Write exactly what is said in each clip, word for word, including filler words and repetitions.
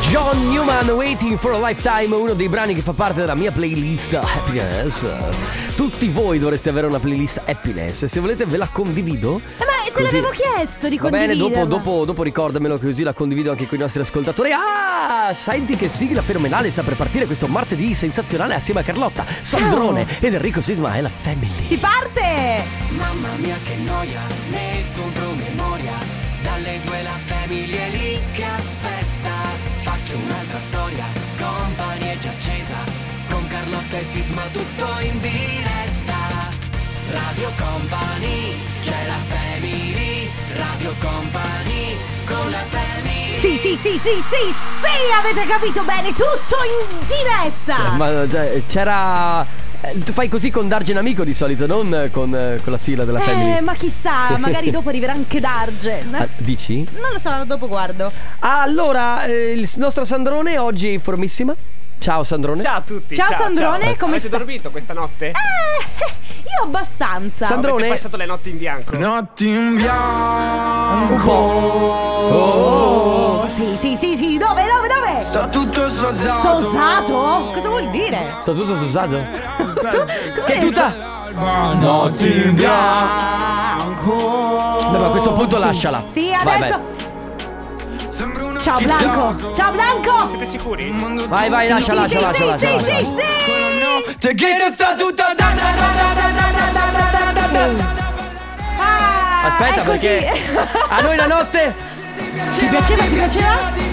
John Newman, Waiting for a Lifetime, uno dei brani che fa parte della mia playlist Happiness. Tutti voi dovreste avere una playlist Happiness. Se volete ve la condivido. Eh, ma te così. l'avevo chiesto di Va bene, condividere. dopo, dopo, dopo ricordamelo, così la condivido anche con i nostri ascoltatori. Ah, senti che sigla fenomenale sta per partire questo martedì sensazionale assieme a Carlotta, Sandrone ed Enrico Sisma e la Family. Si parte! Mamma mia che noia, metto un promemoria. Dalle due la Family è lì che aspetta. Faccio un'altra storia, Company è già accesa. Con Carlotta e Sisma tutto in diretta. Radio Company, c'è la Family. Radio Company, con la Family. Sì, sì, sì, sì, sì, sì, avete capito bene, tutto in diretta! Ma cioè, c'era... Eh, tu fai così con Dargen Amico di solito, non con, eh, con la sigla della Family. Eh, ma chissà, magari dopo arriverà anche Dargen. Ah, dici? Non lo so, dopo guardo. Allora, eh, il nostro Sandrone oggi è in formissima. Ciao Sandrone. Ciao a tutti. Ciao, Sandrone, ciao. come Avete sta? dormito questa notte? Eh, io abbastanza. Sandrone. Avete passato le notti in bianco? Notti in bianco. Oh, sì, sì, sì, sì, dove, dove, dove? Sta tutto sosato. Sosato? Cosa vuol dire? Sto tutto susato? Cosa Che è tutta... Notti in bianco. Beh, ma a questo punto lasciala. Sì, Vai, adesso. Sembra uno Ciao schizzato. Blanco. Ciao Blanco. Siete sicuri? Vai, vai, lascia, Sì, lascia, sì, lascia, sì, lascia, sì, lascia. sì, sì. Te che sta tutta da da da da da da da da da da. Ah, Aspetta, è così. perché a noi la notte... Ti piaceva, ti piaceva?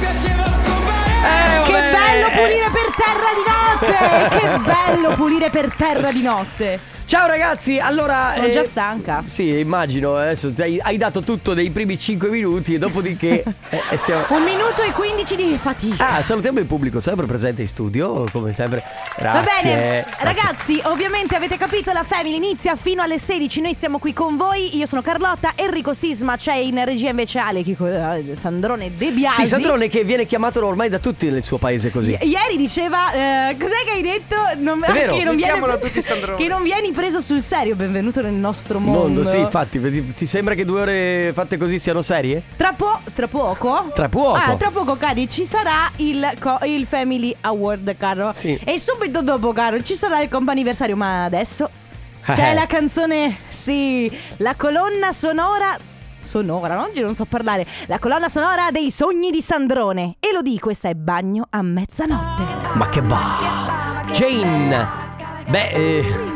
Eh, Che vabbè. bello pulire per terra di notte. Che bello pulire per terra di notte. Ciao ragazzi, allora... Sono eh, già stanca. Sì, immagino, adesso ti hai, hai dato tutto nei primi cinque minuti e dopodiché... eh, eh, siamo... Un minuto e quindici di fatica. Ah, salutiamo il pubblico sempre presente in studio, come sempre. Grazie. Va bene, Grazie. ragazzi, ovviamente avete capito, la Family inizia fino alle sedici. Noi siamo qui con voi, io sono Carlotta, Enrico Sisma, c'è in regia invece Ale, chi- eh, Sandrone De Biasi. Sì, Sandrone che viene chiamato ormai da tutti nel suo paese così. I- Ieri diceva, eh, cos'è che hai detto? Non, È vero. che, non viene, Chiamano tutti Sandrone. che non vieni preso sul serio. Benvenuto nel nostro mondo. Mondo, sì, infatti, vedi, ti sembra che due ore fatte così siano serie? Tra, po- tra poco Tra poco. Ah, tra poco, cari, ci sarà il, co- il Family Award, caro. Sì. E subito dopo, caro, ci sarà il comp'anniversario. Ma adesso c'è Eh. la canzone, sì, la colonna sonora. Sonora, oggi non so parlare. La colonna sonora dei sogni di Sandrone. E lo di, questa è Bagno a mezzanotte. Ma che va. Jane. Beh, eh,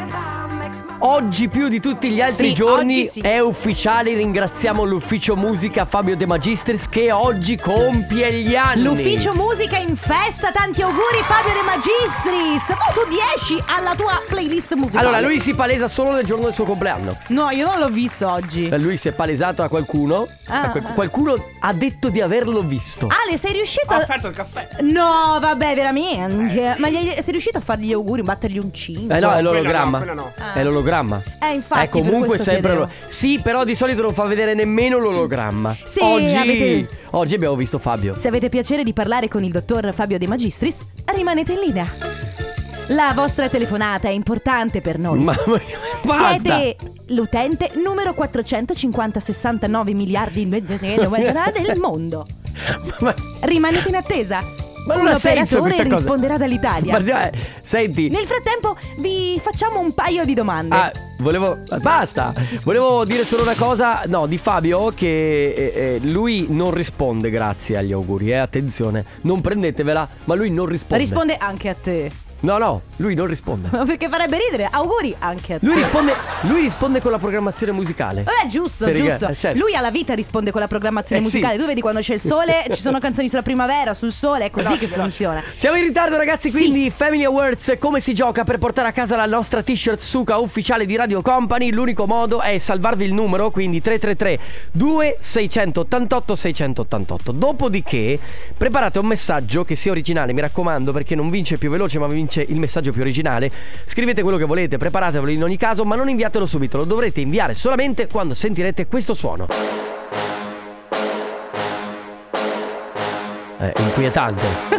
oggi più di tutti gli altri Sì, giorni oggi sì. è ufficiale, ringraziamo l'ufficio musica Fabio De Magistris che oggi compie gli anni. L'ufficio musica in festa, tanti auguri Fabio De Magistris. Voto dieci alla tua playlist musicale. Allora, lui si palesa solo nel giorno del suo compleanno. No, io non l'ho visto oggi. Eh, Lui si è palesato a qualcuno. Ah. a quel- qualcuno ha detto di averlo visto. Ale, sei riuscito Ho a... offerto il caffè. No, vabbè, veramente. Ma gli, sei riuscito a fargli gli auguri, battergli un cinque? Eh no, è Quella l'ologramma. no, quella no. Ah. È l'ologramma. Eh, infatti, Eh, comunque per questo sempre chiedevo. lo- Sì, però di solito non fa vedere nemmeno l'ologramma. Sì, Oggi avete- Oggi abbiamo visto Fabio. Se avete piacere di parlare con il dottor Fabio De Magistris, rimanete in linea. La vostra telefonata è importante per noi. Ma, ma basta. Siete l'utente numero quattrocentocinquanta sessantanove miliardi del mondo. Ma, Rimanete in attesa. ma non Un ha senso operatore questa cosa. risponderà dall'Italia. Ma, eh, senti. Nel frattempo vi facciamo un paio di domande. Ah, volevo. Basta. Volevo dire solo una cosa. No, di Fabio. Che eh, eh, lui non risponde grazie agli auguri. Eh, attenzione. Non prendetevela. Ma lui non risponde. Risponde anche a te. No, no, lui non risponde. Perché farebbe ridere. Auguri anche a te. Lui risponde. Lui risponde con la programmazione musicale. Eh, giusto, Per i- giusto. eh, certo. Lui alla vita risponde con la programmazione Eh, sì. musicale. Tu vedi quando c'è il sole, ci sono canzoni sulla primavera, sul sole, è così Veloci, che veloci. funziona. Siamo in ritardo ragazzi, Sì. quindi Family Awards, come si gioca per portare a casa la nostra t-shirt Suka ufficiale di Radio Company? L'unico modo è salvarvi il numero, quindi tre tre tre due sei otto otto sei otto otto. Dopodiché preparate un messaggio che sia originale, mi raccomando, perché non vince più veloce ma vince il messaggio più originale. Scrivete quello che volete, preparatevelo in ogni caso, ma non inviatelo subito, lo dovrete inviare solamente quando sentirete questo suono. È inquietante.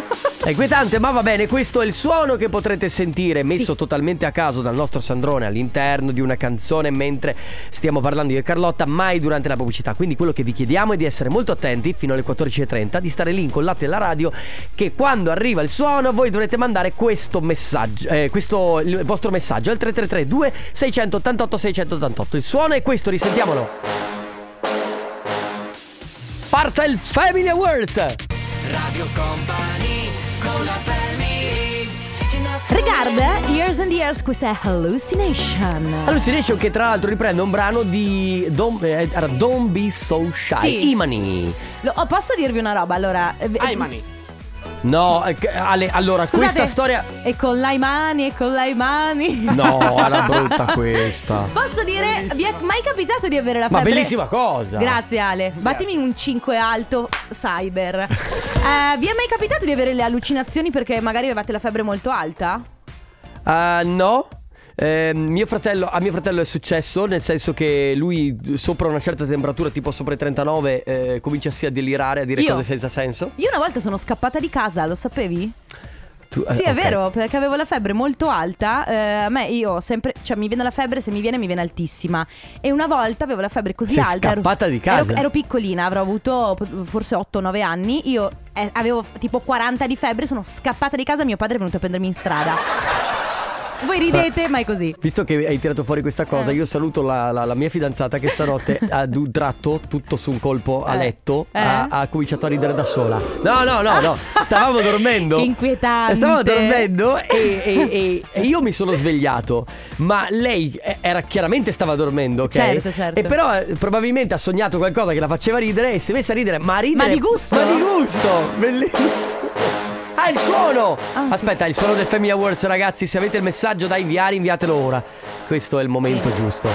È inquietante, ma va bene, questo è il suono che potrete sentire, messo Sì. totalmente a caso dal nostro Sandrone all'interno di una canzone mentre stiamo parlando io e Carlotta, mai durante la pubblicità. Quindi quello che vi chiediamo è di essere molto attenti fino alle quattordici e trenta, di stare lì incollati alla radio, che quando arriva il suono voi dovrete mandare questo messaggio, eh, questo il vostro messaggio al tre tre tre due sei otto otto sei otto otto. Il suono è questo, risentiamolo. Parte il Family Awards. Radio Company con la family. Rigarda, Years and Years, questa è Hallucination. Hallucination, che tra l'altro riprende un brano di Don't, eh, era Don't Be So Shy. Sì. Imani. Lo- oh, posso dirvi una roba? Allora, eh, Ai mani. No, eh, Ale, allora Scusate, questa storia. E con le mani, e con le mani. No, era brutta questa. Posso dire, vi è mai capitato di avere la Ma febbre? bellissima cosa. Grazie Ale, battimi un cinque alto cyber. Eh, vi è mai capitato di avere le allucinazioni perché magari avevate la febbre molto alta? Uh, no. Eh, mio fratello, a mio fratello è successo, nel senso che lui sopra una certa temperatura, tipo sopra i trentanove, eh, comincia a delirare, a dire Io? cose senza senso. Io una volta sono scappata di casa, lo sapevi? Tu- eh, Sì, è ok. vero, perché avevo la febbre molto alta. eh, A me io ho sempre, cioè mi viene la febbre, se mi viene mi viene altissima. E una volta avevo la febbre così Sei alta. ero- scappata di casa? Ero, ero piccolina, avrò avuto forse otto nove anni. Io eh, avevo tipo quaranta di febbre, sono scappata di casa e mio padre è venuto a prendermi in strada. Voi ridete, ma è così. Visto che hai tirato fuori questa cosa, Eh. io saluto la, la- la mia fidanzata che stanotte ad un tratto, tutto su un colpo a Eh. letto, Eh. ha, ha cominciato a ridere da sola. No, no, no, no, stavamo dormendo. Che inquietante. Stavamo dormendo e, e- e- e io mi sono svegliato, ma lei eh, era chiaramente stava dormendo, ok? Certo, certo. E però eh, probabilmente ha sognato qualcosa che la faceva ridere e si è messa a ridere, ma a ridere. Ma di gusto? Ma di gusto, bellissimo. Ah, il suono! Ah, Aspetta, il suono del Family Awards, ragazzi. Se avete il messaggio da inviare, inviatelo ora. Questo è il momento giusto.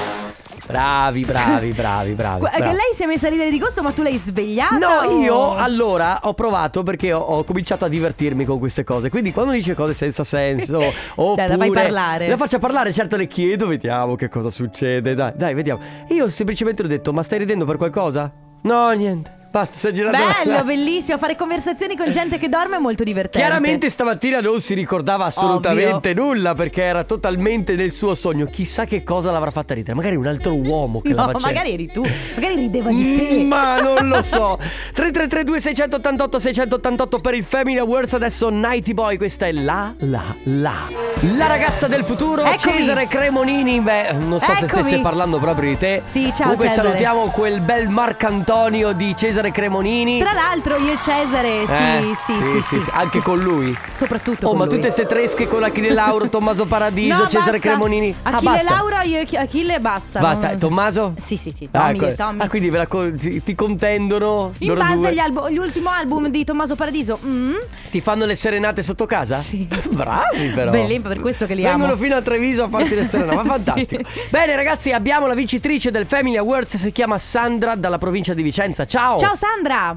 Bravi, bravi, bravi, bravi. Gu- Che bravi. lei si è messa a ridere di gusto, ma tu l'hai svegliata? No, o- io allora ho provato perché ho, ho cominciato a divertirmi con queste cose. Quindi quando dice cose senza senso, oppure la fai parlare. La faccio parlare, certo le chiedo, vediamo che cosa succede. Dai, dai, vediamo. Io semplicemente le ho detto, ma stai ridendo per qualcosa? No, niente. Basta, si è girato. Bello, bellissimo. Fare conversazioni con gente che dorme è molto divertente. Chiaramente stamattina non si ricordava assolutamente nulla perché era totalmente nel suo sogno. Chissà che cosa l'avrà fatta ridere. Magari un altro uomo che la No, faceva. magari eri tu. Magari rideva di te. Mm, Ma non lo so. tre tre tre due sei otto otto sei otto otto per il Family Awards. Adesso Nighty Boy. Questa è la la la La ragazza del futuro, Eccomi. Cesare Cremonini. Beh, non so se Eccomi. stesse parlando proprio di te. Sì, ciao, Comunque Cesare. salutiamo quel bel Marcantonio di Cesare Cremonini. Tra l'altro io e Cesare, sì, Eh, sì, sì, sì, sì, Anche sì. con lui. Soprattutto Oh, con ma lui. tutte ste tresche con Achille Lauro, Tommaso Paradiso, No, Cesare basta. Cremonini. Ah, Achille basta. Laura, io e Chi- Achille basta. Basta, non- Tommaso? Sì, sì, sì, Ah, Tommy, ecco. Tommy. Ah, quindi ve la co- ti, ti contendono In loro base due? agli album, l'ultimo album di Tommaso Paradiso. mm, Ti fanno le serenate sotto casa? Sì. Bravi però. Belli, per questo che li Vengono amo. fino a Treviso a farti le serenate. Ma Sì. fantastico. Bene ragazzi, abbiamo la vincitrice del Family Awards. Si chiama Sandra dalla provincia di Vicenza. Ciao. Ciao Sandra.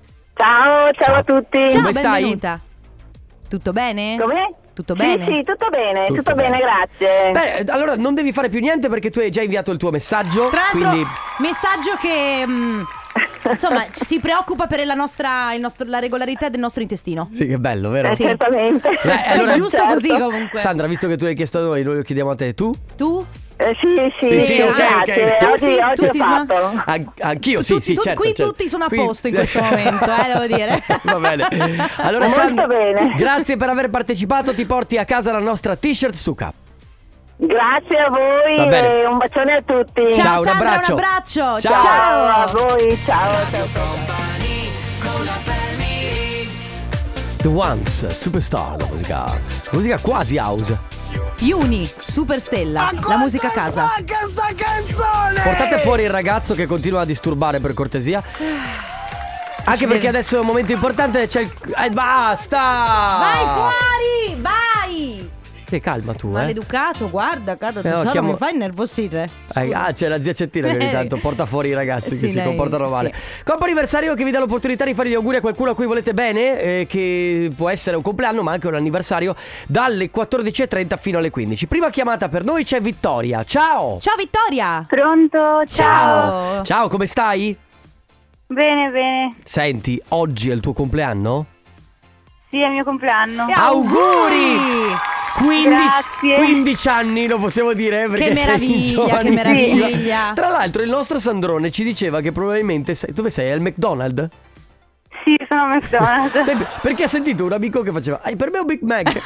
Ciao, ciao a tutti. Ciao, Come stai? benvenuta. Tutto bene? Come? Tutto Sì, bene? sì, tutto bene, Tutto tutto, bene. bene. grazie. Beh, allora non devi fare più niente perché tu hai già inviato il tuo messaggio. Tra l'altro, Quindi messaggio che mm, insomma ci si preoccupa per la nostra il nostro, la regolarità del nostro intestino. sì, che bello, vero? Eh, sì. Certamente. Eh, allora- È giusto Certo. così comunque. Sandra, visto che tu l'hai chiesto a noi, noi lo chiediamo a te. Tu? Tu? Eh, sì, sì, Sì, sì, ok, grazie. ok. Tu Oggi, sì, oggi tu ho sì, fatto. An- anch'io, sì, Tutti- sì, tutti- certo. qui certo. tutti sono a Qui- posto in questo momento, eh, devo dire. Va bene. Allora, Molto Sandra, bene. grazie per aver partecipato. Ti porti a casa la nostra t-shirt Suka. Grazie a voi Va bene. e un bacione a tutti. Ciao, Ciao, un Sandra, abbraccio. un abbraccio. Ciao. Ciao a voi, ciao. ciao. Company con la family. The Ones, Superstar, la musica. La musica quasi house. Uni, Superstella, la musica a casa. Portate fuori il ragazzo che continua a disturbare, per cortesia. Anche perché adesso è un momento importante. C'è il. Eh, basta! Vai fuori, vai. Che calma tu, eh. Maleducato, guarda, guarda, Eh, no, tesoro, chiamo- mi fai innervosire. Eh, ah, c'è la zia Cettina che ogni Eh. tanto porta fuori i ragazzi Sì, che si lei- comportano male. sì. Compo anniversario che vi dà l'opportunità di fare gli auguri a qualcuno a cui volete bene, eh, che può essere un compleanno ma anche un anniversario, dalle quattordici e trenta fino alle quindici. Prima chiamata per noi c'è Vittoria. Ciao! Ciao Vittoria. Pronto? Ciao. Ciao, come stai? Bene, bene. Senti, oggi è il tuo compleanno? Sì, è il mio compleanno. E Auguri! quindici, Grazie. quindici anni, lo possiamo dire, perché Che sei meraviglia, che giovanissima. meraviglia. Tra l'altro il nostro Sandrone ci diceva che probabilmente sei, dove sei? Al McDonald's? Sì, sono a McDonald's. Senti, perché ha sentito un amico che faceva "Ah, per me è un Big Mac".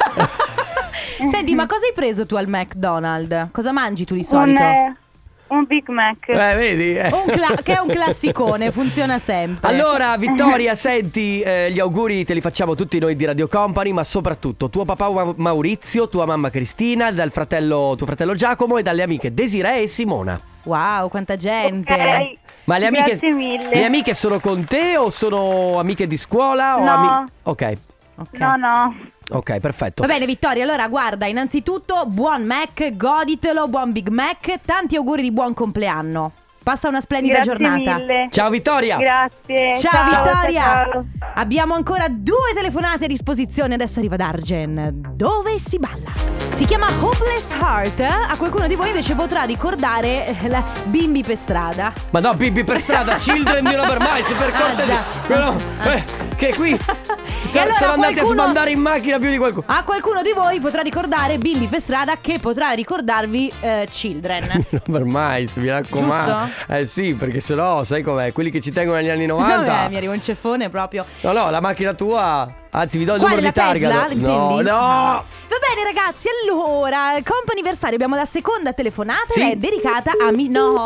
Senti, ma cosa hai preso tu al McDonald's? Cosa mangi tu di un, solito? eh, un Big Mac. Eh, vedi? Eh. Un cla- che è un classicone, funziona sempre. Allora, Vittoria, senti, eh, gli auguri te li facciamo tutti noi di Radio Company, ma soprattutto tuo papà Ma- Maurizio, tua mamma Cristina, dal fratello, tuo fratello Giacomo e dalle amiche Desiree e Simona. Wow, quanta gente. Ok. Ma le amiche, Grazie mille. le amiche sono con te o sono amiche di scuola? O No. ami- ok, Ok. No, no. ok, perfetto. Va bene Vittoria, allora guarda, innanzitutto buon Mac, goditelo, buon Big Mac, tanti auguri di buon compleanno. Passa una splendida Grazie giornata. mille. Ciao Vittoria. Grazie. Ciao, Vittoria. ciao. Abbiamo ancora due telefonate a disposizione. Adesso arriva Dargen. Dove si balla? Si chiama Hopeless Heart. A qualcuno di voi invece potrà ricordare la Bimbi per strada. Ma no, Pippi per strada, Children di Robert Miles, per Ah, cortesia. già. Quello- Ah. eh, che qui E sono, allora sono andati qualcuno- a sbandare in macchina più di qualcuno. A qualcuno di voi potrà ricordare Bimbi per strada, che potrà ricordarvi eh, Children. Robert Miles, mi raccomando. Eh sì, perché sennò sai com'è, quelli che ci tengono negli anni novanta. Vabbè, mi arriva un ceffone proprio. No, no, la macchina tua. Anzi, vi do il Quale, numero la di targa. Tesla? No, Intendi? no. Va bene ragazzi, allora, comp'anniversario, abbiamo la seconda telefonata. Sì. Ed è dedicata a mi... No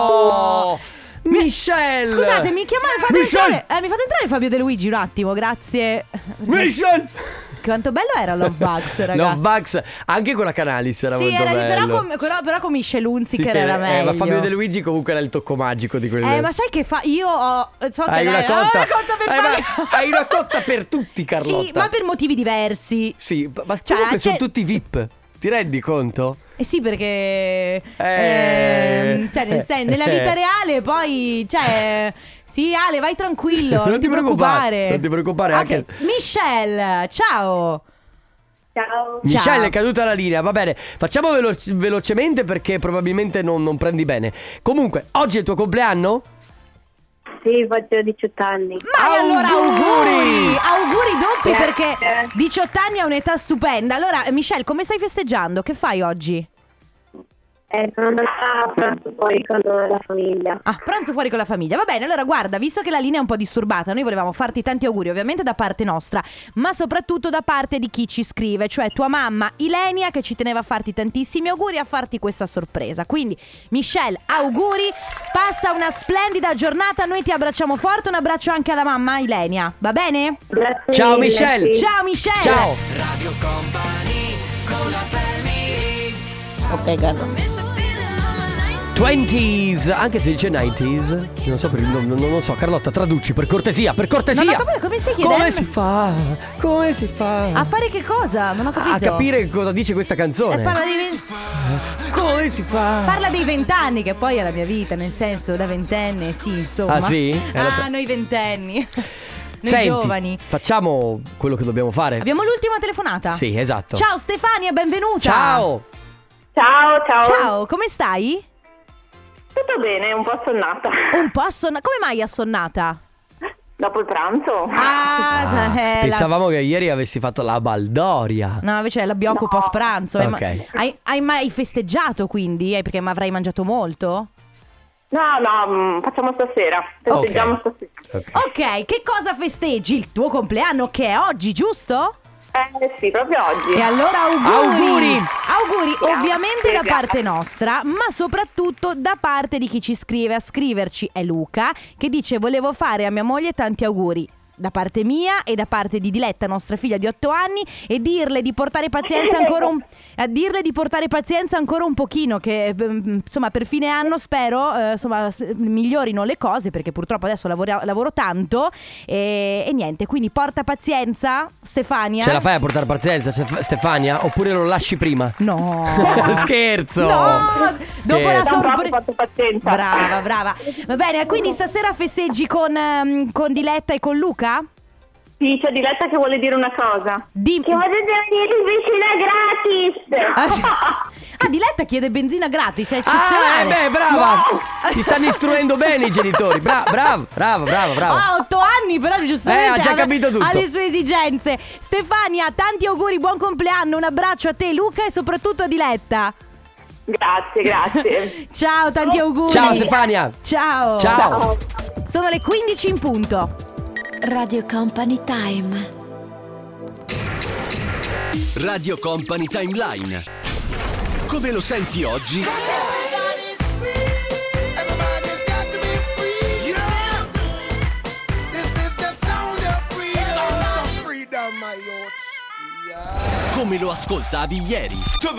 No. Mi- Michelle. Scusate, mi chiamate, mi fate Michelle. entrare, eh, mi fate entrare Fabio De Luigi un attimo, grazie. Michelle. Quanto bello era Love Bugs, ragazzi. Love Bugs, anche con la Canalis era Sì, molto era lì, però bello. con, però, però con Michelle Hunziker Sì, che- era eh, meglio. ma Fabio De Luigi comunque era il tocco magico di quelli. Eh, ma sai che fa? Io ho. So che Hai una lei- cotta, ho una cotta per Eh, ma Fabio. hai una cotta per tutti, Carlotta. Sì, ma per motivi diversi. Sì, ma Cioè, comunque c'è- sono tutti V I P. Ti rendi conto? Eh sì, perché Eh. ehm, cioè nel sen- nella vita reale poi, cioè, sì Ale, vai tranquillo, non, Non ti preoccupare, non ti preoccupare, Ok, anche- Michelle, ciao. Ciao. Michelle è caduta la linea, va bene. Facciamo velo- velocemente perché probabilmente non, non prendi bene. Comunque, oggi è il tuo compleanno? Sì, faccio diciotto anni. Ma e allora auguri! Auguri doppi Grazie. perché diciotto anni è un'età stupenda. Allora, Michelle, come stai festeggiando? Che fai oggi? Eh, sono andata a pranzo poi con la famiglia. Ah, pranzo fuori con la famiglia. Va bene, allora guarda, visto che la linea è un po' disturbata, noi volevamo farti tanti auguri, ovviamente da parte nostra, ma soprattutto da parte di chi ci scrive, cioè tua mamma Ilenia, che ci teneva a farti tantissimi auguri e a farti questa sorpresa. Quindi, Michelle, auguri, passa una splendida giornata, noi ti abbracciamo forte, un abbraccio anche alla mamma Ilenia, va bene? Grazie Ciao, mille, Michelle. sì. Ciao Michelle! Ciao. Radio Company con la family. Ok, Carlo. ventys, anche se dice nineties. Non so, per, non, non, non so, Carlotta, traduci per cortesia, per cortesia. No, no, come- come stai chiedendo? Come si fa? Come si fa? A fare che cosa? Non ho capito. A capire cosa dice questa canzone. Eh, parla, di, Come si fa? parla dei vent'anni, che poi è la mia vita, nel senso, da ventenne, sì, insomma. Ah, sì? È la Ah, tua- noi ventenni. Noi Senti, giovani. facciamo quello che dobbiamo fare. Abbiamo l'ultima telefonata. Sì, esatto. Ciao Stefania, benvenuta. Ciao. Ciao, ciao. Ciao, come stai? Tutto bene, un po' assonnata. Un po' assonnata. Come mai assonnata? Dopo il pranzo? Ah, eh, la- Pensavamo che ieri avessi fatto la baldoria. No, invece è la biocco No. post pranzo. Ok. Hai, hai mai festeggiato quindi? Eh, Perché mi avrai mangiato molto? No, no, mm, facciamo stasera. Festeggiamo Ok. stasera. Ok. Ok, che cosa festeggi? Il tuo compleanno che è oggi, giusto? Eh sì, proprio oggi. E allora auguri! Auguri! Auguri Grazie, ovviamente da grazie. parte nostra, ma soprattutto da parte di chi ci scrive. A scriverci è Luca, che dice: volevo fare a mia moglie tanti auguri da parte mia e da parte di Diletta, nostra figlia di otto anni, e dirle di portare pazienza ancora un a dirle di portare pazienza ancora un pochino, che ehm, insomma per fine anno spero eh, insomma s- migliorino le cose, perché purtroppo adesso lavora- lavoro tanto e, e niente, quindi porta pazienza Stefania. Ce la fai a portare pazienza, Stef- Stefania? Oppure lo lasci prima? No. Scherzo. No, dopo la Da un po' ho sorpresa. fatto pazienza. Brava, brava. Va bene, quindi stasera festeggi con, ehm, con Diletta e con Luca? Sì, c'è Diletta che vuole dire una cosa. Di... Che potete venire in piscina gratis. Ah, sì. Ah, Diletta chiede benzina gratis, è Ah, eccezionale. eh, beh, brava. Ti stanno istruendo bene i genitori. Bra- bravo, bravo, bravo, bravo. Ha otto anni, però giustamente Eh, ha già ha- capito tutto. ha le sue esigenze. Stefania, tanti auguri, buon compleanno. Un abbraccio a te, Luca, e soprattutto a Diletta. Grazie, grazie. Ciao, tanti auguri. Ciao Stefania. Ciao. Ciao. Sono le quindici in punto. Radio Company Time. Radio Company Timeline. Come lo senti oggi? Come lo ascoltavi ieri?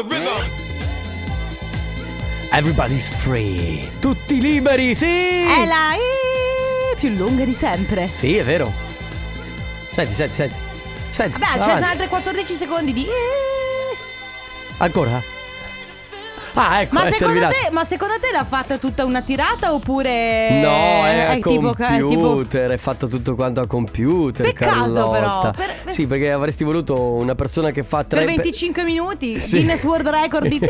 Everybody's free. Tutti liberi, sì. È la eh, più lunga di sempre. Sì, è vero. Senti, senti, senti. Senti. Vabbè, c'è avanti. altri quattordici secondi di eh. Ancora? Ah, ecco, Ma è secondo, terminato. te, ma secondo te l'ha fatta tutta una tirata oppure No, è a tipo, computer, è tipo è fatto tutto quanto a computer. Peccato, Carlotta. però, per- Sì, perché avresti voluto una persona che fa tre per venticinque minuti Sì. Guinness World Record di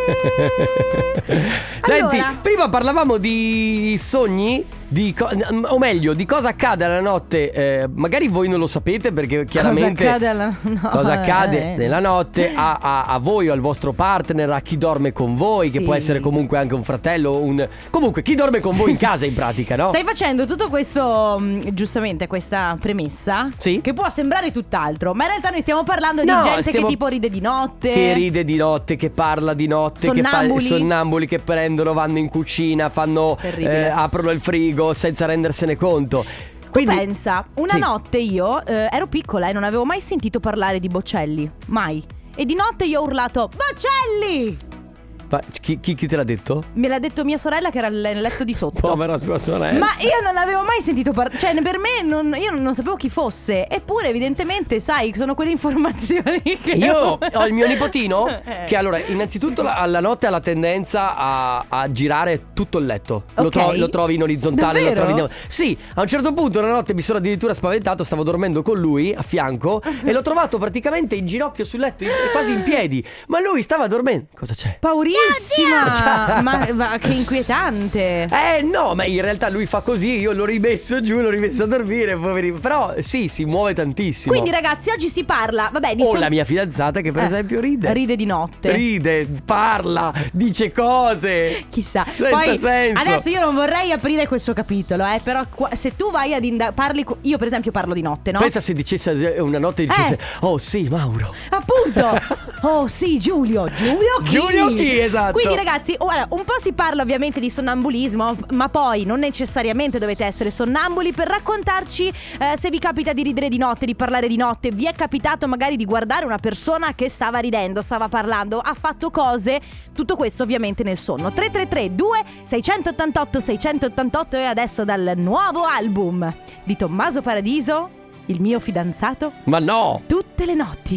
Senti, Allora. prima parlavamo di sogni, di co- o meglio, di cosa accade alla notte. eh, magari voi non lo sapete perché chiaramente Cosa accade alla no, cosa accade eh. nella notte a, a, a voi o al vostro partner, a chi dorme con voi, che Sì. può essere comunque anche un fratello, un comunque chi dorme con voi in casa in pratica, no? Stai facendo tutto questo, mh, giustamente questa premessa, Sì. che può sembrare tutt'altro, ma in realtà noi stiamo parlando No, di gente stiamo- che tipo ride di notte. Che ride di notte, che parla di notte, che fa Sonnambuli. sonnambuli che prendono, vanno in cucina, fanno Terribile. eh, aprono il frigo senza rendersene conto. Tu Quindi pensa, una Sì. notte io eh, ero piccola e non avevo mai sentito parlare di Bocelli, mai. E di notte io ho urlato Bocelli! Ma chi, chi, chi te l'ha detto? Me l'ha detto mia sorella che era nel letto di sotto. Povera tua sorella. Ma io non avevo mai sentito parlare. Cioè per me non, io non sapevo chi fosse. Eppure evidentemente sai, sono quelle informazioni che Io ho il mio nipotino Eh. che allora innanzitutto la- alla notte ha la tendenza a, a girare tutto il letto. Lo, Ok. tro- lo trovi in orizzontale, lo Davvero? trovi in... Sì, a un certo punto una notte mi sono addirittura spaventato, stavo dormendo con lui a fianco e l'ho trovato praticamente in ginocchio sul letto, in- quasi in piedi. Ma lui stava dormendo. Cosa c'è? Paurissima. Ciao. Ma, ma che inquietante. Eh no, ma in realtà lui fa così, io l'ho rimesso giù, l'ho rimesso a dormire, poverino. Però sì, si muove tantissimo. Quindi ragazzi, oggi si parla, vabbè, di Ho son- la mia fidanzata che per Eh, esempio ride. Ride di notte. Ride, parla, dice cose. Chissà. Senza Poi, senso. adesso io non vorrei aprire questo capitolo, eh, però qua- se tu vai ad indagare, parli co- io per esempio parlo di notte, no? Pensa se dicesse una notte dicesse Eh. oh sì Mauro. Appunto. Oh sì, Giulio. Giulio chi? Giulio chi, esatto. Quindi ragazzi, ora, un po' si parla ovviamente di sonnambulismo, ma poi non necessariamente dovete essere sonnambuli per raccontarci eh, se vi capita di ridere di notte, di parlare di notte. Vi è capitato magari di guardare una persona che stava ridendo, stava parlando, ha fatto cose. Tutto questo ovviamente nel sonno. Tre tre tre due sei otto otto sei otto otto. E adesso dal nuovo album di Tommaso Paradiso, Il mio fidanzato, Ma no. tutte le notti.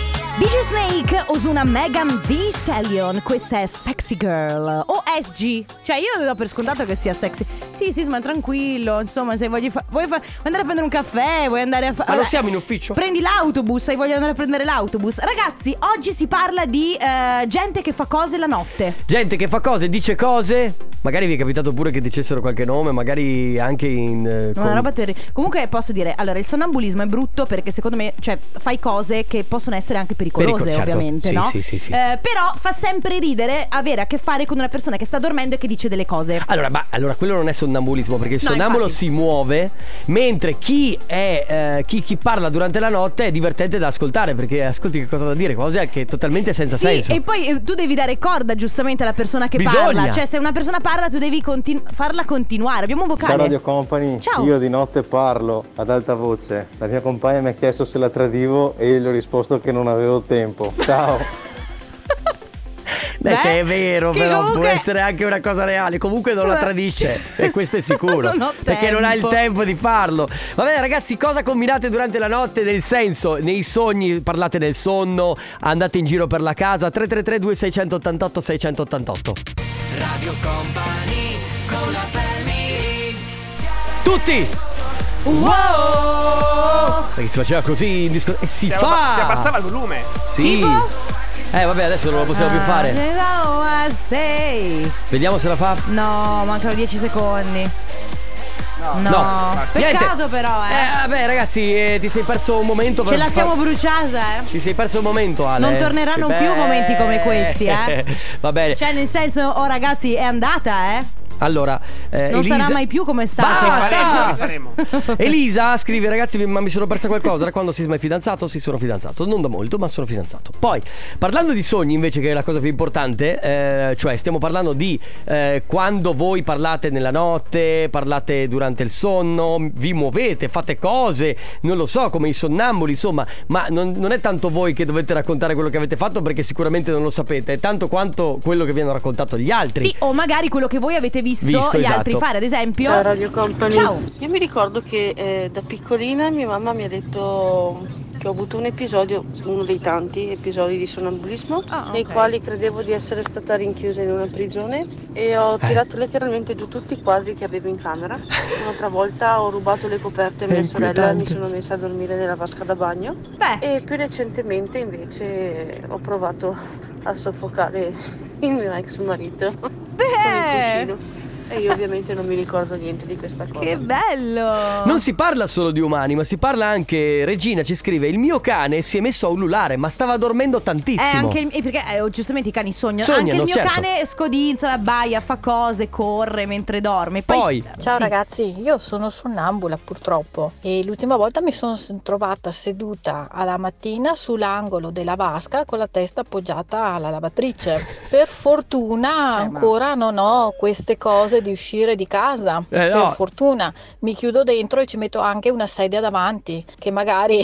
D J Snake, Ozuna, Megan Thee Stallion. Questa è Sexy Girl o S G. Cioè io do per scontato che sia sexy. Sì sì, ma tranquillo. Insomma, se voglio fa- vuoi, fa- vuoi andare a prendere un caffè, vuoi andare a fare... Ma non siamo in ufficio? Prendi l'autobus, hai voglia di andare a prendere l'autobus. Ragazzi, oggi si parla di eh, gente che fa cose la notte. Gente che fa cose, dice cose. Magari vi è capitato pure che dicessero qualche nome, magari anche in eh, Ma con- una roba terribile. Comunque posso dire, allora il sonnambulismo è brutto perché secondo me, cioè, fai cose che possono essere anche pericolose, Pericolo, certo. ovviamente, Sì, no? sì, sì, sì. Eh, però fa sempre ridere avere a che fare con una persona che sta dormendo e che dice delle cose. Allora, ma allora quello non è sonnambulismo, perché il No, sonnambulo infatti. si muove, mentre chi è eh, chi, chi parla durante la notte è divertente da ascoltare, perché ascolti che cosa da dire, cose che è totalmente senza Sì, senso. e poi eh, tu devi dare corda giustamente alla persona che Bisogna. parla. Cioè, se una persona parla, tu devi continu- farla continuare. Abbiamo un vocale. Ciao Radio Company, Ciao. io di notte parlo ad alta voce. La mia compagna mi ha chiesto se la tradivo e io gli ho risposto che non avevo tempo. Ciao. Beh, Beh, che è vero, che però comunque- può essere anche una cosa reale. Comunque non la Beh. tradisce, e questo è sicuro. Non ho perché non ha il tempo. tempo di farlo. Va bene, ragazzi, cosa combinate durante la notte? Nel senso, nei sogni, parlate nel sonno, andate in giro per la casa. Tre tre tre due sei otto otto sei otto otto. Radio Company con la family. Tutti! Wow! Perché si faceva così in discoteca. E si, Si, fa! si abbassava il volume. Sì. Tipo? Eh vabbè, adesso non lo possiamo più fare. Sei. Vediamo se la fa. No, mancano dieci secondi. No, No. peccato Niente. però, eh. Eh vabbè ragazzi, eh, ti sei perso un momento. Ce per la fa- siamo bruciata, eh. Ti sei perso un momento, Ale. Non torneranno Sì, più beh. momenti come questi, eh. Va bene. Cioè, nel senso, oh ragazzi, è andata, eh. Allora, eh, Non Elisa... sarà mai più come è stato. Basta! Rifaremo, rifaremo. Elisa scrive: ragazzi, ma mi sono persa qualcosa. Da quando Sisma è fidanzato? Sì, sono fidanzato. Non da molto, ma sono fidanzato. Poi, parlando di sogni, invece, che è la cosa più importante, eh, cioè stiamo parlando di eh, quando voi parlate nella notte, parlate durante il sonno, vi muovete, fate cose, non lo so, come i sonnambuli, insomma. Ma non, non è tanto voi che dovete raccontare quello che avete fatto, perché sicuramente non lo sapete, è tanto quanto quello che vi hanno raccontato gli altri. Sì, o magari quello che voi avete visto, Visto, gli esatto. altri fare, ad esempio. Ciao Radio Company. Ciao. Io mi ricordo che eh, da piccolina mia mamma mi ha detto che ho avuto un episodio, uno dei tanti episodi di sonnambulismo, Ah, nei ok. quali credevo di essere stata rinchiusa in una prigione e ho tirato letteralmente giù tutti i quadri che avevo in camera. Un'altra volta ho rubato le coperte a È mia sorella e mi inquietante. sono messa a dormire nella vasca da bagno. Beh, E più recentemente invece ho provato a soffocare il mio ex marito con il cuscino. E io ovviamente non mi ricordo niente di questa cosa. che bello. Non si parla solo di umani, ma si parla anche. Regina ci scrive: il mio cane si è messo a ululare, ma stava dormendo Eh, tantissimo. anche il, eh, perché eh, giustamente i cani sognano. Sognano, Anche il mio certo. cane scodinzola, abbaia, fa cose, corre mentre dorme. Poi, Poi- Ciao sì. ragazzi, io sono sonnambula purtroppo e l'ultima volta mi sono s- trovata seduta alla mattina sull'angolo della vasca con la testa appoggiata alla lavatrice. Per fortuna Cioè, ma- ancora non ho queste cose di uscire di casa. Eh, no. Per fortuna mi chiudo dentro e ci metto anche una sedia davanti che magari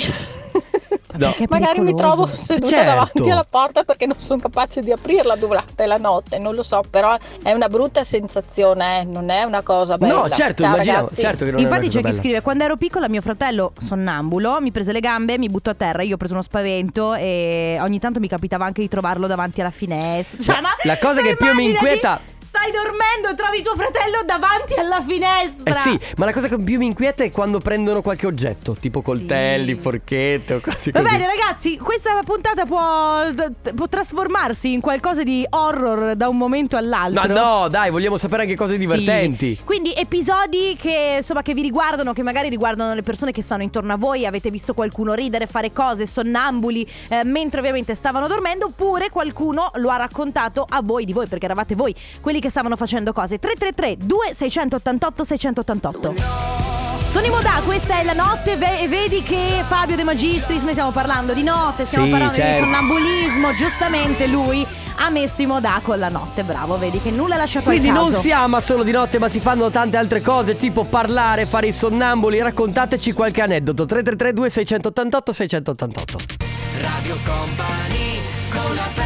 No. Che magari mi pericoloso. trovo seduta Certo. davanti alla porta perché non sono capace di aprirla durante la notte, non lo so, però è una brutta sensazione, eh, non è una cosa bella. No, certo, Ciao, immaginiamo, ragazzi. certo che non Infatti è c'è una chi cosa scrive: quando ero piccola mio fratello sonnambulo mi prese le gambe, mi buttò a terra, io ho preso uno spavento e ogni tanto mi capitava anche di trovarlo davanti alla finestra. Cioè, ma la cosa ma che più mi immaginati, inquieta- stai dormendo e trovi tuo fratello davanti alla finestra. Eh sì, ma la cosa che più mi inquieta è quando prendono qualche oggetto, tipo coltelli, Sì. forchette o cose Va così. bene ragazzi, questa puntata può, può trasformarsi in qualcosa di horror da un momento all'altro. Ma no, dai, vogliamo sapere anche cose divertenti. Sì. Quindi episodi che insomma che vi riguardano, che magari riguardano le persone che stanno intorno a voi. Avete visto qualcuno ridere, fare cose, sonnambuli, eh, mentre ovviamente stavano dormendo, oppure qualcuno lo ha raccontato a voi di voi, perché eravate voi quelli che stavano facendo cose. Tre tre tre due sei otto otto sei otto otto. Sono in Modà, questa è la notte ve- e vedi che Fabio De Magistris, noi stiamo parlando di notte, stiamo Sì, parlando certo. di sonnambulismo. Giustamente lui ha messo in Modà con la notte, bravo, vedi che nulla è lasciato Quindi al caso. non si ama solo di notte, ma si fanno tante altre cose, tipo parlare, fare i sonnambuli. Raccontateci qualche aneddoto. Tre tre tre due sei otto otto sei otto otto. Radio Company con la family.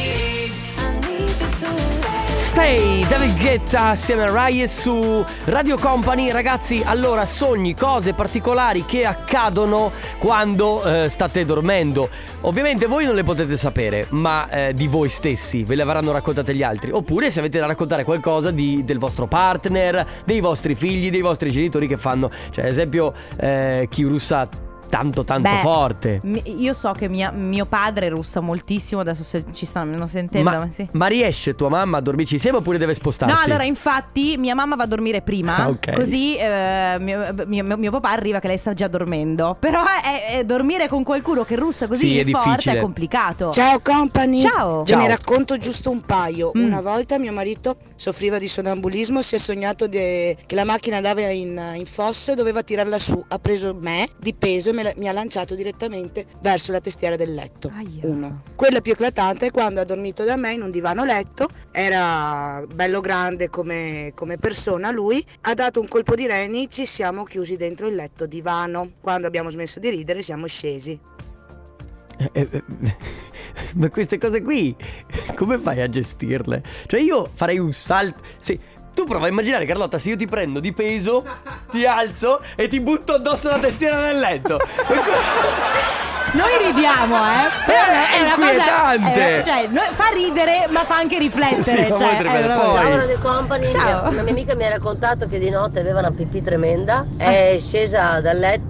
Stay, David Guetta assieme a Rai su Radio Company. Ragazzi, allora, sogni, cose particolari che accadono quando eh, state dormendo. Ovviamente voi non le potete sapere, ma eh, di voi stessi ve le avranno raccontate gli altri. Oppure se avete da raccontare qualcosa di, del vostro partner, dei vostri figli, dei vostri genitori che fanno. Cioè, ad esempio, eh, chi russa tanto tanto Beh, forte. mi- Io so che mia- mio padre russa moltissimo. Adesso se ci stanno sentendo, Ma, ma sì. ma riesce tua mamma a dormirci insieme oppure deve spostarsi? No, allora infatti mia mamma va a dormire prima. Ah, ok. Così eh, mio, mio- mio papà arriva che lei sta già dormendo. Però è, è dormire con qualcuno che russa così Sì, è forte difficile. è complicato. Ciao company. Ciao. Ve Ciao. ne racconto giusto un paio. Mm. Una volta mio marito soffriva di sonnambulismo, si è sognato de- che la macchina andava in, in fosso e doveva tirarla su. Ha preso me di peso e me la- mi ha lanciato direttamente verso la testiera del letto. Aia. Uno. Quella più eclatante è quando ha dormito da me in un divano letto, era bello grande come, come persona lui, ha dato un colpo di reni, ci siamo chiusi dentro il letto divano. Quando abbiamo smesso di ridere siamo scesi. Eh, eh, eh, ma queste cose qui come fai a gestirle? Cioè io farei un salto. Sì, tu prova a immaginare, Carlotta, se io ti prendo di peso, ti alzo e ti butto addosso la testiera del letto. Noi ridiamo, eh. Però Eh, è una cosa inquietante. è- cioè, noi- fa ridere, ma fa anche riflettere. Sì, fa cioè, molto riflettere. è una Poi- cosa- Ciao Radio Company, Ciao. una mia amica mi ha raccontato che di notte aveva una pipì tremenda, è scesa dal letto,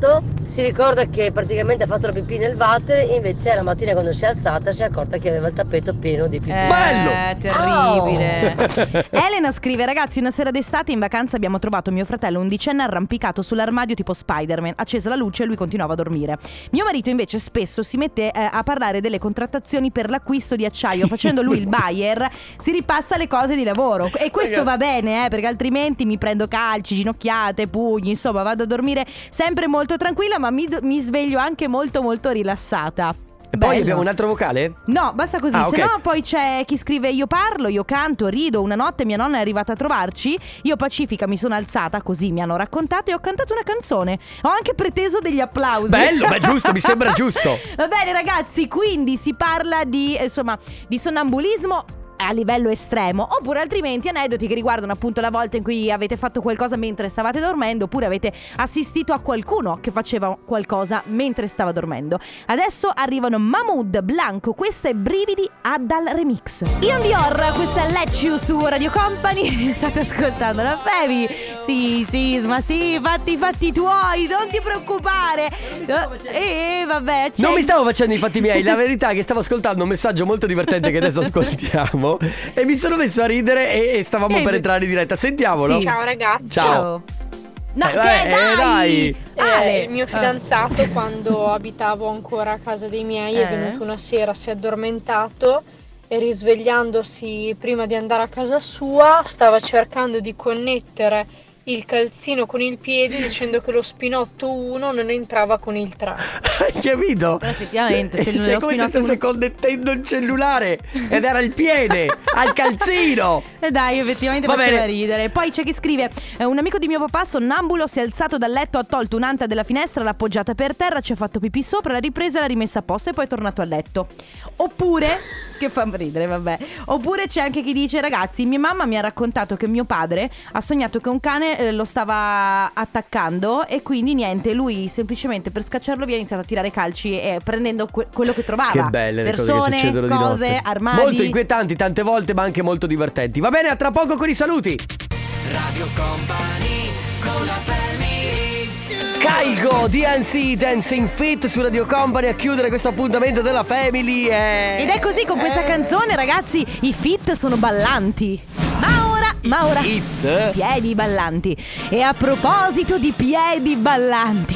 si ricorda che praticamente ha fatto la pipì nel water, invece la mattina quando si è alzata si è accorta che aveva il tappeto pieno di pipì. Eh, Bello! terribile. Oh. Elena scrive: ragazzi, una sera d'estate in vacanza abbiamo trovato mio fratello undicenne arrampicato sull'armadio tipo Spider-Man, accesa la luce e lui continuava a dormire. Mio marito invece spesso si mette eh, a parlare delle contrattazioni per l'acquisto di acciaio, facendo lui il buyer, si ripassa le cose di lavoro. E questo va bene, eh, perché altrimenti mi prendo calci, ginocchiate, pugni, insomma vado a dormire sempre molto tranquilla, ma mi, mi sveglio anche molto molto rilassata. E poi Bello. abbiamo un altro vocale? No, basta così, Ah, se ok. no poi c'è chi scrive: io parlo, io canto, rido. Una notte mia nonna è arrivata a trovarci, io pacifica mi sono alzata, così mi hanno raccontato, e ho cantato una canzone. Ho anche preteso degli applausi. Bello, beh, giusto, mi sembra giusto. Va bene ragazzi, quindi si parla di, insomma, di sonnambulismo a livello estremo, oppure altrimenti aneddoti che riguardano appunto la volta in cui avete fatto qualcosa mentre stavate dormendo, oppure avete assistito a qualcuno che faceva qualcosa mentre stava dormendo. Adesso arrivano Mahmood, Blanco, questa è Brividi Addal Remix. Ian Dior, questa è Let You su Radio Company. State ascoltando la Femi. Sì, sì, ma sì, fatti i fatti tuoi, non ti preoccupare. E eh, vabbè, c'è... Non mi stavo facendo i fatti miei, la verità è che stavo ascoltando un messaggio molto divertente che adesso ascoltiamo e mi sono messo a ridere e, e stavamo Eh, per entrare in diretta. Sentiamolo. Sì. Ciao ragazzi. Ciao. No, Eh, che eh, dai! dai. Eh, Ale. il mio fidanzato Ah. quando abitavo ancora a casa dei miei Eh. è venuto una sera, si è addormentato e risvegliandosi prima di andare a casa sua stava cercando di connettere il calzino con il piede dicendo che lo spinotto uno non entrava con il tre. Hai capito? Però effettivamente, se Cioè, nello è come se spinotto stesse connettendo il cellulare ed era il piede al calzino. E dai, effettivamente Va faceva bene. ridere. Poi c'è chi scrive: eh, un amico di mio papà sonnambulo si è alzato dal letto, ha tolto un'anta della finestra, l'ha appoggiata per terra, ci ha fatto pipì sopra, l'ha ripresa e l'ha rimessa a posto e poi è tornato a letto. Oppure, che fa ridere, vabbè. Oppure c'è anche chi dice: ragazzi, mia mamma mi ha raccontato che mio padre ha sognato che un cane eh, lo stava attaccando e quindi niente, lui semplicemente per scacciarlo via ha iniziato a tirare calci e prendendo que- quello che trovava. Che belle le persone, cose che succedono di cose, notte. armadi. Molto inquietanti tante volte, ma anche molto divertenti. Va bene, a tra poco con i saluti. Radio Company con la family. Caigo, D N C Dancing Fit su Radio Company a chiudere questo appuntamento della Family. E... Ed è così con questa canzone, ragazzi, i fit sono ballanti. Ma ora, ma ora Hit? piedi ballanti. E a proposito di piedi ballanti,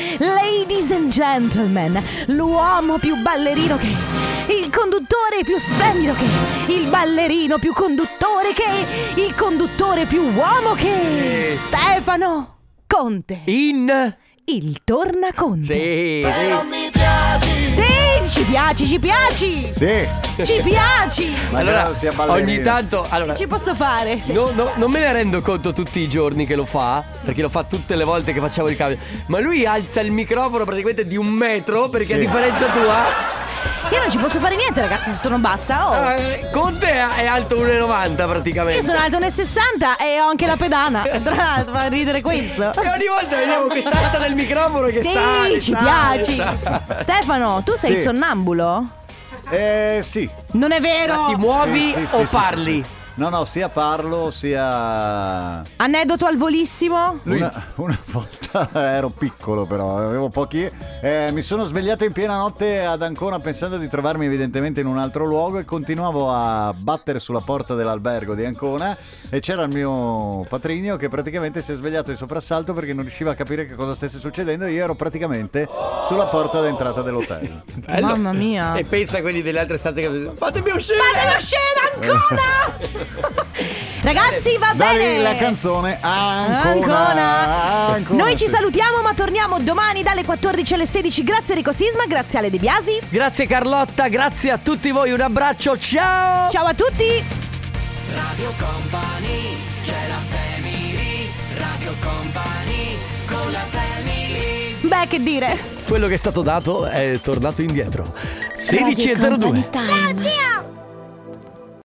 ladies and gentlemen, l'uomo più ballerino che, il conduttore più splendido che, il ballerino più conduttore che, il conduttore più uomo che, Stefano Conte. In Il tornaconte. Sì, mi piaci. Sì, ci piaci, ci piaci. Sì. Ci piaci. Ma allora non sia ballerino. ogni tanto allora, Ci posso fare? Sì. no, no, non me ne rendo conto tutti i giorni che lo fa, perché lo fa tutte le volte che facciamo il cambio. Ma lui alza il microfono praticamente di un metro, perché a Sì. differenza tua Io non ci posso fare niente, ragazzi, se sono bassa. Oh. eh, Conte è è alto uno e novanta praticamente. Io sono alto uno e sessanta e ho anche la pedana. Tra l'altro fa ridere questo. E ogni volta vediamo quest'alta del microfono che Sì, sale, ci sale, piaci. sale. Stefano, tu sei Sì. sonnambulo? Eh sì. Non è vero? Ma ti muovi Sì, sì, o sì, sì, parli? sì. No, no, sia parlo sia... Aneddoto al volissimo? Una, una volta ero piccolo però, avevo pochi... Eh, mi sono svegliato in piena notte ad Ancona pensando di trovarmi evidentemente in un altro luogo e continuavo a battere sulla porta dell'albergo di Ancona e c'era il mio patrigno che praticamente si è svegliato di soprassalto perché non riusciva a capire che cosa stesse succedendo e io ero praticamente sulla porta d'entrata dell'hotel. Bello. Mamma mia. E pensa a quelli delle altre stanze che fatemi uscire! Fatemi uscire Ancona! Ragazzi, va Da lì bene. la canzone Ancona. Ancona. Ancona, Noi ci sì. salutiamo, ma torniamo domani dalle quattordici alle sedici. Grazie Enrico Sisma, grazie Ale De Biasi. Grazie Carlotta, grazie a tutti voi, un abbraccio, ciao! Ciao a tutti. Radio Company, c'è la family. Radio Company con la family. Beh, che dire. Quello che è stato dato è tornato indietro. sedici e zero due. Company Time.